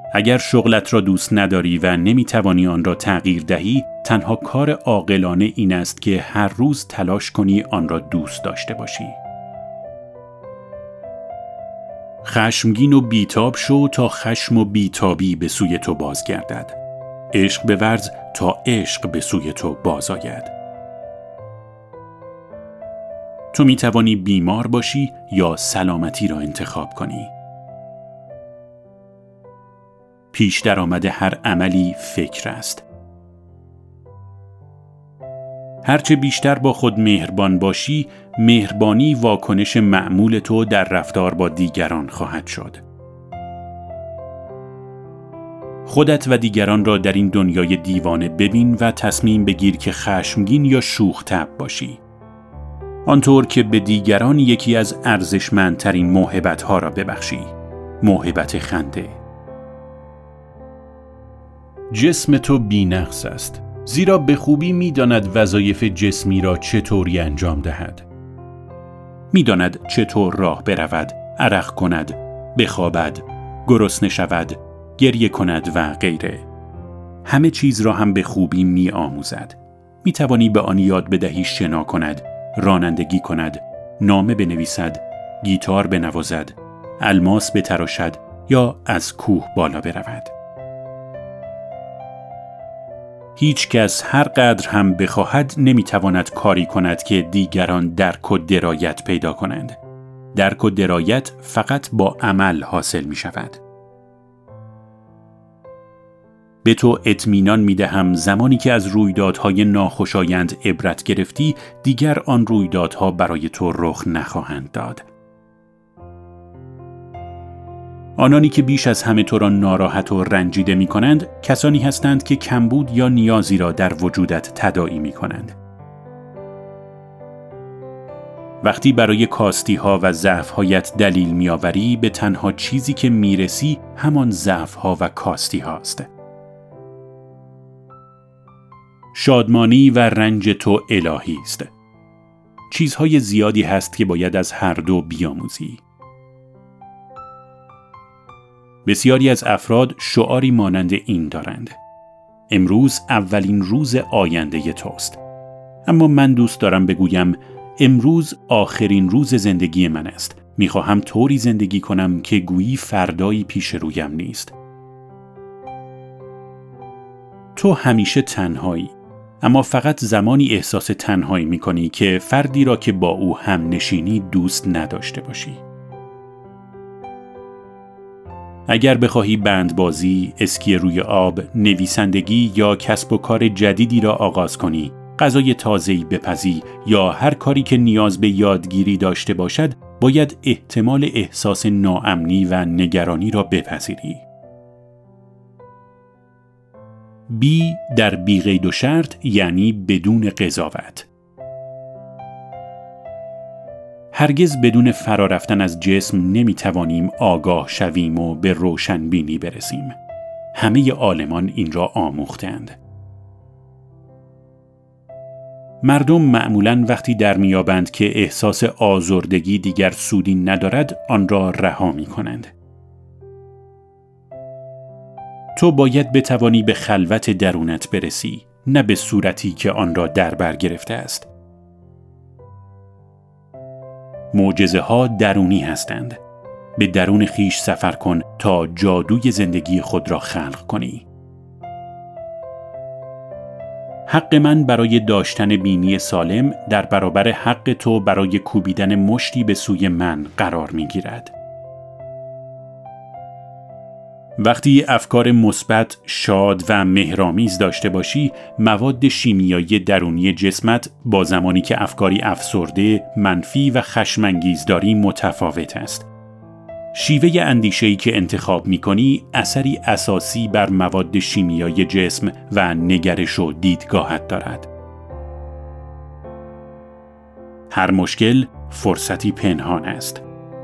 اگر شغلت را دوست نداری و نمیتوانی آن را تغییر دهی، تنها کار عاقلانه این است که هر روز تلاش کنی آن را دوست داشته باشی. خشمگین و بیتاب شو تا خشم و بیتابی به سوی تو بازگردد. عشق بورز تا عشق به سوی تو باز آید. تو می توانی بیمار باشی یا سلامتی را انتخاب کنی. پیش درآمد هر عملی فکر است. هرچه بیشتر با خود مهربان باشی، مهربانی واکنش معمول تو در رفتار با دیگران خواهد شد. خودت و دیگران را در این دنیای دیوانه ببین و تصمیم بگیر که خشمگین یا شوخ طبع باشی. آنطور که به دیگران یکی از ارزشمندترین موهبت‌ها را ببخشی، موهبت خنده. جسم تو بی‌نقص است، زیرا به خوبی می‌داند وظایف جسمی را چطوری انجام دهد. می‌داند چطور راه برود، عرق کند، بخوابد، گرسنه شود، گریه کند و غیره. همه چیز را هم به خوبی می‌آموزد. می‌توانی به آن یاد بدهی شنا کند، رانندگی کند، نامه بنویسد، گیتار بنوازد، الماس بتراشد یا از کوه بالا برود. هیچ کس هر قدر هم بخواهد نمیتواند کاری کند که دیگران درک و درایت پیدا کنند. درک و درایت فقط با عمل حاصل می شود. به تو اطمینان می دهم زمانی که از رویدادهای ناخوشایند عبرت گرفتی، دیگر آن رویدادها برای تو رخ نخواهند داد. آنانی که بیش از همه تو را ناراحت و رنجیده می کنند، کسانی هستند که کمبود یا نیازی را در وجودت تداعی می کنند. وقتی برای کاستی ها و ضعف هایت دلیل می آوری، به تنها چیزی که می رسی همان ضعف ها و کاستی هاست. شادمانی و رنج تو الهی است. چیزهای زیادی هست که باید از هر دو بیاموزی. بسیاری از افراد شعاری مانند این دارند: امروز اولین روز آینده توست. اما من دوست دارم بگویم امروز آخرین روز زندگی من است. میخواهم طوری زندگی کنم که گویی فردایی پیش رویم نیست. تو همیشه تنهایی، اما فقط زمانی احساس تنهایی میکنی که فردی را که با او هم نشینی دوست نداشته باشی. اگر بخواهی بندبازی، اسکی روی آب، نویسندگی یا کسب و کار جدیدی را آغاز کنی، غذای تازه‌ای بپزی یا هر کاری که نیاز به یادگیری داشته باشد، باید احتمال احساس ناامنی و نگرانی را بپذیری. بی در بی قید و شرط یعنی بدون قضاوت. هرگز بدون فرارفتن از جسم نمیتوانیم آگاه شویم و به روشنبینی برسیم. همه عالمان این را آموختند. مردم معمولاً وقتی در میابند که احساس آزردگی دیگر سودی ندارد، آن را رها میکنند. تو باید بتوانی به خلوت درونت برسی، نه به صورتی که آن را در بر گرفته است. معجزه ها درونی هستند. به درون خیش سفر کن تا جادوی زندگی خود را خلق کنی. حق من برای داشتن بینی سالم در برابر حق تو برای کوبیدن مشتی به سوی من قرار می گیرد. وقتی افکار مثبت، شاد و مهرآمیز داشته باشی، مواد شیمیایی درونی جسمت با زمانی که افکاری افسرده، منفی و خشم‌انگیز داری متفاوت است. شیوه اندیشه‌ای که انتخاب می‌کنی اثری اساسی بر مواد شیمیایی جسم و نگرش و دیدگاهت دارد. هر مشکل فرصتی پنهان است.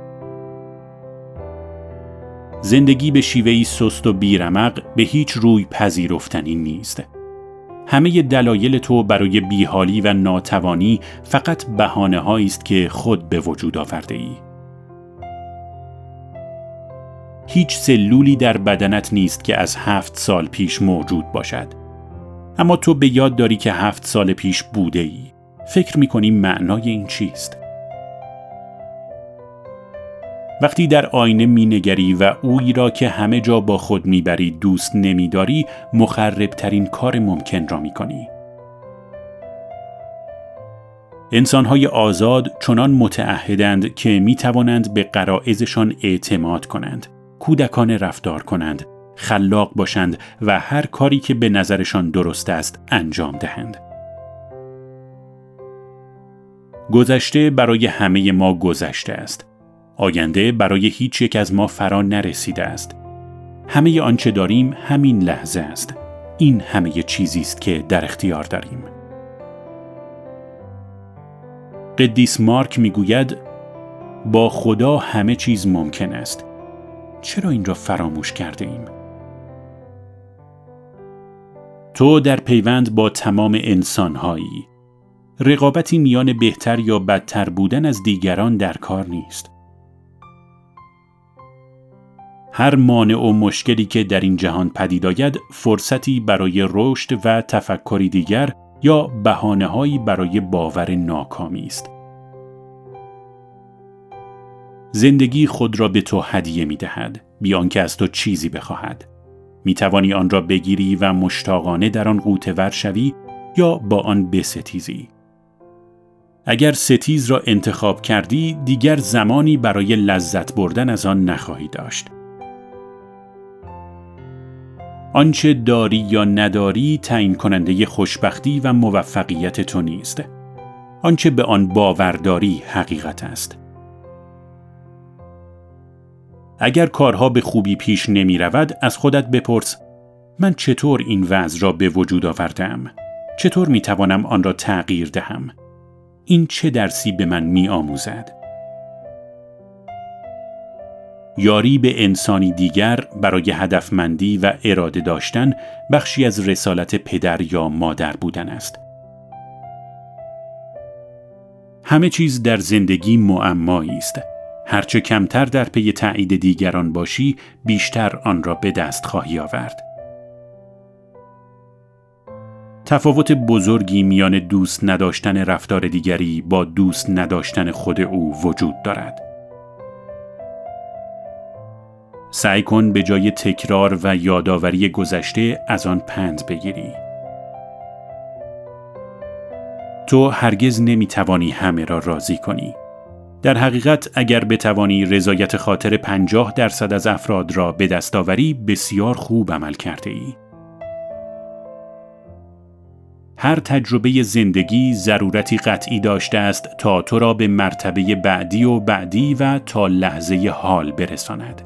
زندگی به شیوهی سست و بیرمق به هیچ روی پذیرفتنی نیست. همه دلایل تو برای بیحالی و ناتوانی فقط بهانه‌هایی است که خود به وجود آورده ای. هیچ سلولی در بدنت نیست که از 7 سال پیش موجود باشد. اما تو به یاد داری که 7 سال پیش بوده ای. فکر می‌کنی معنای این چیست؟ وقتی در آینه می‌نگری و اویی را که همه جا با خود می‌بری دوست نمی‌داری، مخرب‌ترین کار ممکن را می‌کنی. انسان‌های آزاد چنان متعهدند که می‌توانند به غرایزشان اعتماد کنند، کودکانه رفتار کنند، خلاق باشند و هر کاری که به نظرشان درست است انجام دهند. گذشته برای همه ما گذشته است. آینده برای هیچ یک از ما فرا نرسیده است. همه آنچه داریم همین لحظه است. این همه چیزی است که در اختیار داریم. قدیس مارک میگوید با خدا همه چیز ممکن است. چرا این را فراموش کرده ایم؟ تو در پیوند با تمام انسان‌هایی. رقابتی میان بهتر یا بدتر بودن از دیگران در کار نیست. هر مانع و مشکلی که در این جهان پدید آید فرصتی برای رشد و تفکری دیگر یا بهانه‌هایی برای باور ناکامی است. زندگی خود را به تو هدیه می‌دهد، بی آنکه از تو چیزی بخواهد. می‌توانی آن را بگیری و مشتاقانه در آن غوطه‌ور شوی یا با آن بستیزی. اگر ستیز را انتخاب کردی، دیگر زمانی برای لذت بردن از آن نخواهی داشت. آنچه داری یا نداری تعیین کننده خوشبختی و موفقیت تو نیست. آنچه به آن باور داری حقیقت است. اگر کارها به خوبی پیش نمی رود، از خودت بپرس من چطور این وضع را به وجود آوردم؟ چطور می توانم آن را تغییر دهم؟ این چه درسی به من می آموزد؟ یاری به انسانی دیگر برای هدفمندی و اراده داشتن بخشی از رسالت پدر یا مادر بودن است. همه چیز در زندگی معمایی است. هرچه کمتر در پی تایید دیگران باشی، بیشتر آن را به دست خواهی آورد. تفاوت بزرگی میان دوست نداشتن رفتار دیگری با دوست نداشتن خود او وجود دارد. سعی کن به جای تکرار و یادآوری گذشته از آن پند بگیری. تو هرگز نمیتوانی همه را راضی کنی. در حقیقت اگر بتوانی رضایت خاطر 50% از افراد را به دست آوری، بسیار خوب عمل کرده ای. هر تجربه زندگی ضرورتی قطعی داشته است تا تو را به مرتبه بعدی و تا لحظه حال برساند.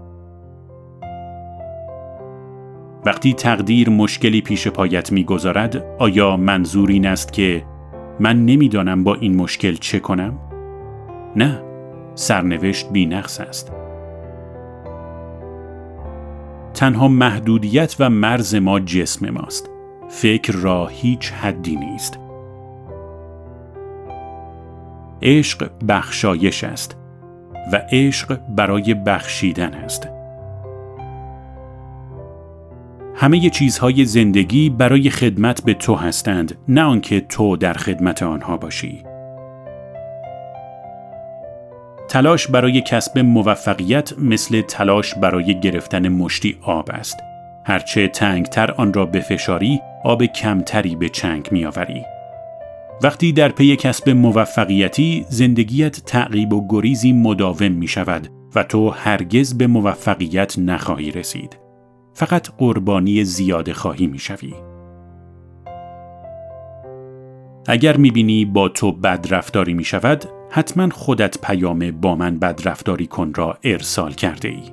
وقتی تقدیر مشکلی پیش پایت می‌گذارد، آیا منظور این است که من نمی‌دانم با این مشکل چه کنم؟ نه، سرنوشت بی‌نقص است. تنها محدودیت و مرز ما جسم ماست. فکر را هیچ حدی نیست. عشق بخشایش است و عشق برای بخشیدن است. همه چیزهای زندگی برای خدمت به تو هستند، نه آنکه تو در خدمت آنها باشی. تلاش برای کسب موفقیت مثل تلاش برای گرفتن مشتی آب است. هرچه تنگتر آن را بفشاری، آب کمتری به چنگ می‌آوری. وقتی در پی کسب موفقیتی، زندگیت تعقیب و گریزی مداوم می‌شود و تو هرگز به موفقیت نخواهی رسید. فقط قربانی زیاده خواهی می‌شوی. اگر می‌بینی با تو بد رفتاری می‌شود، حتما خودت پیام با من بد رفتاری کن را ارسال کرده ای.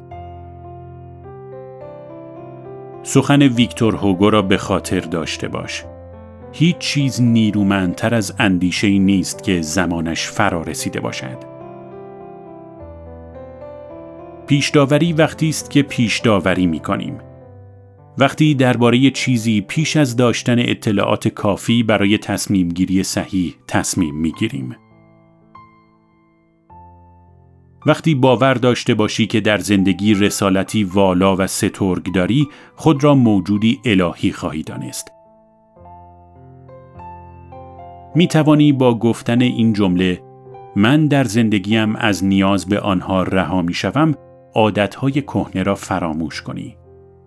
سخن ویکتور هوگو را به خاطر داشته باش. هیچ چیز نیرومندتر از اندیشه‌ای نیست که زمانش فرا رسیده باشد. پیش‌داوری وقتی است که پیش‌داوری می‌کنیم. وقتی درباره چیزی پیش از داشتن اطلاعات کافی برای تصمیم گیری صحیح تصمیم می‌گیریم. وقتی باور داشته باشی که در زندگی رسالتی والا و سترگ داری، خود را موجودی الهی خواهی دانست. می توانی با گفتن این جمله من در زندگیم از نیاز به آنها رها می شوم عادتهای کهنه را فراموش کنی.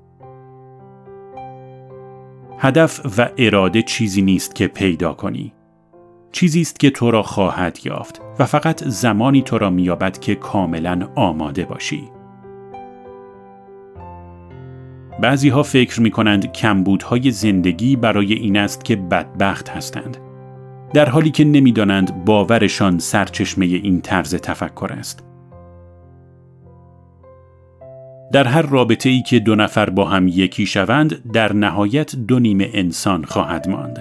هدف و اراده چیزی نیست که پیدا کنی. چیزی است که تو را خواهد یافت و فقط زمانی تو را می‌یابد که کاملاً آماده باشی. بعضی‌ها فکر می‌کنند کمبودهای زندگی برای این است که بدبخت هستند، در حالی که نمی‌دانند باورشان سرچشمه این طرز تفکر است. در هر رابطه‌ای که دو نفر با هم یکی شوند، در نهایت دو نیمه انسان خواهد ماند.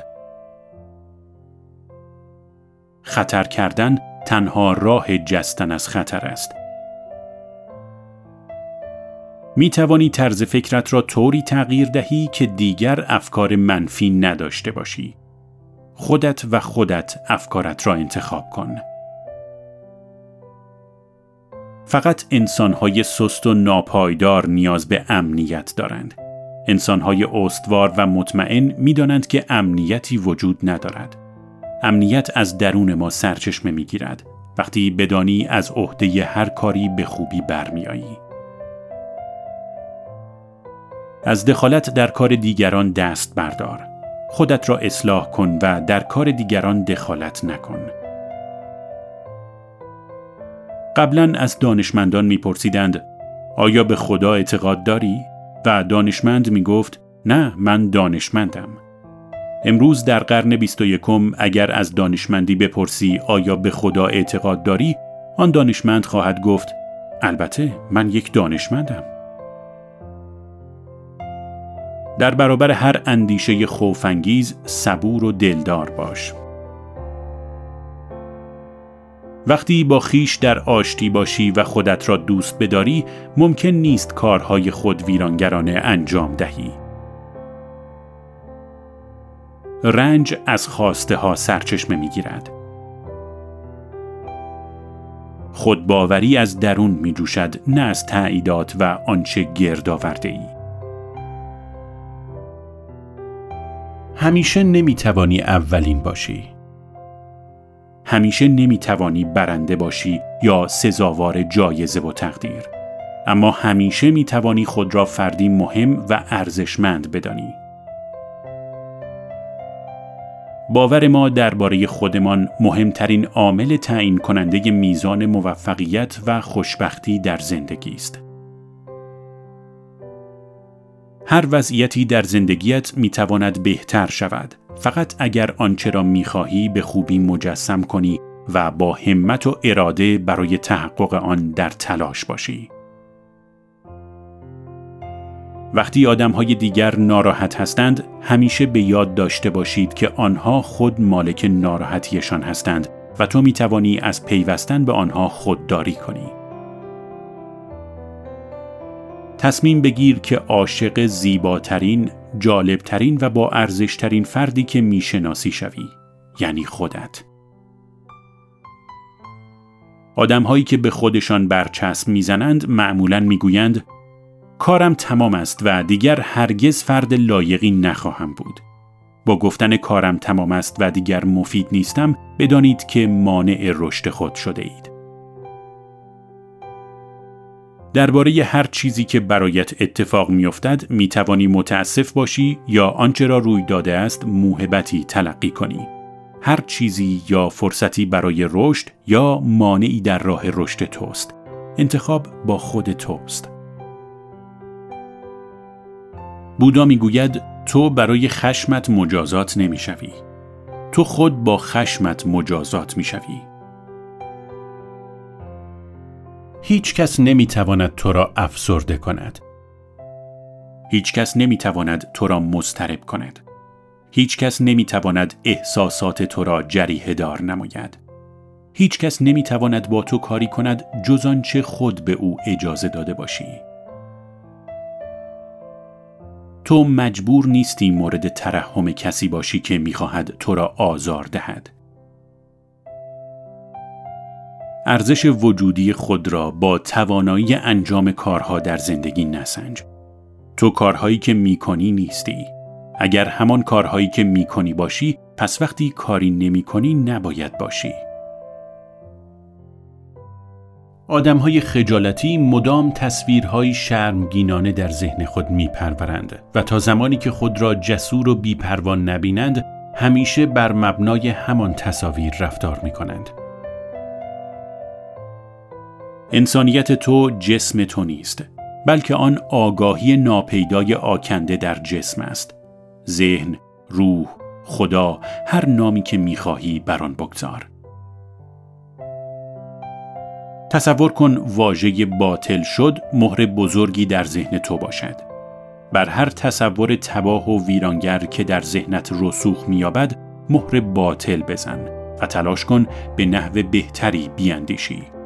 خطر کردن تنها راه جستن از خطر است. می توانی طرز فکرت را طوری تغییر دهی که دیگر افکار منفی نداشته باشی. خودت افکارت را انتخاب کن. فقط انسان‌های سست و ناپایدار نیاز به امنیت دارند. انسان‌های استوار و مطمئن می‌دانند که امنیتی وجود ندارد. امنیت از درون ما سرچشمه می‌گیرد وقتی بدانی از عهده هر کاری به خوبی برمی‌آیی. از دخالت در کار دیگران دست بردار. خودت را اصلاح کن و در کار دیگران دخالت نکن. قبلاً از دانشمندان می‌پرسیدند آیا به خدا اعتقاد داری؟ و دانشمند می‌گفت نه، من دانشمندم. امروز در قرن 21 اگر از دانشمندی بپرسی آیا به خدا اعتقاد داری، آن دانشمند خواهد گفت البته من یک دانشمندم. در برابر هر اندیشه خوف‌انگیز صبور و دلدار باش. وقتی با خیش در آشتی باشی و خودت را دوست بداری، ممکن نیست کارهای خود ویرانگرانه انجام دهی. رنج از خواسته ها سرچشمه می گیرد. خودباوری از درون می جوشد، نه از تاییدات و آنچه گرد آورده ای. همیشه نمی توانی اولین باشی. همیشه نمی توانی برنده باشی یا سزاوار جایزه و تقدیر. اما همیشه می توانی خود را فردی مهم و ارزشمند بدانی. باور ما درباره خودمان مهمترین عامل تعیین کننده میزان موفقیت و خوشبختی در زندگی است. هر وضعیتی در زندگیت میتواند بهتر شود، فقط اگر آنچه را میخواهی به خوبی مجسم کنی و با همت و اراده برای تحقق آن در تلاش باشی. وقتی آدم‌های دیگر ناراحت هستند، همیشه به یاد داشته باشید که آنها خود مالک ناراحتیشان هستند و تو می‌توانی از پیوستن به آنها خودداری کنی. تصمیم بگیر که عاشق زیباترین، جالبترین و با ارزشترین فردی که میشناسی شوی، یعنی خودت. آدم‌هایی که به خودشان برچسب میزنند معمولاً میگویند کارم تمام است و دیگر هرگز فرد لایقی نخواهم بود. با گفتن کارم تمام است و دیگر مفید نیستم، بدانید که مانع رشد خود شده اید. درباره هر چیزی که برایت اتفاق می‌افتد می‌توانی متأسف باشی یا آنچه را روی داده است موهبتی تلقی کنی. هر چیزی یا فرصتی برای رشد یا مانعی در راه رشد توست. انتخاب با خود توست. بودا میگوید تو برای خشمت مجازات نمی‌شوی. تو خود با خشمت مجازات می‌شوی. هیچ کس نمی‌تواند تو را افسرده کند. هیچ کس نمی‌تواند تو را مضطرب کند. هیچ کس نمی‌تواند احساسات تو را جریحه دار نماید. هیچ کس نمی‌تواند با تو کاری کند جز آنچه خود به او اجازه داده باشی. تو مجبور نیستی مورد ترحم کسی باشی که می‌خواهد تو را آزار دهد. ارزش وجودی خود را با توانایی انجام کارها در زندگی نسنج. تو کارهایی که می‌کنی نیستی. اگر همان کارهایی که می‌کنی باشی، پس وقتی کاری نمی‌کنی نباید باشی. آدم‌های خجالتی مدام تصویرهای شرمگینانه در ذهن خود می‌پرورند و تا زمانی که خود را جسور و بی‌پروا نبینند، همیشه بر مبنای همان تصاویر رفتار می‌کنند. انسانیت تو جسم تو نیست، بلکه آن آگاهی ناپیدای آکنده در جسم است. ذهن، روح، خدا، هر نامی که می‌خواهی بر آن بگذار. تصور کن واژه باطل شد مهر بزرگی در ذهن تو باشد. بر هر تصور تباه و ویرانگر که در ذهنت رسوخ می‌یابد مهر باطل بزن و تلاش کن به نحو بهتری بیاندیشی.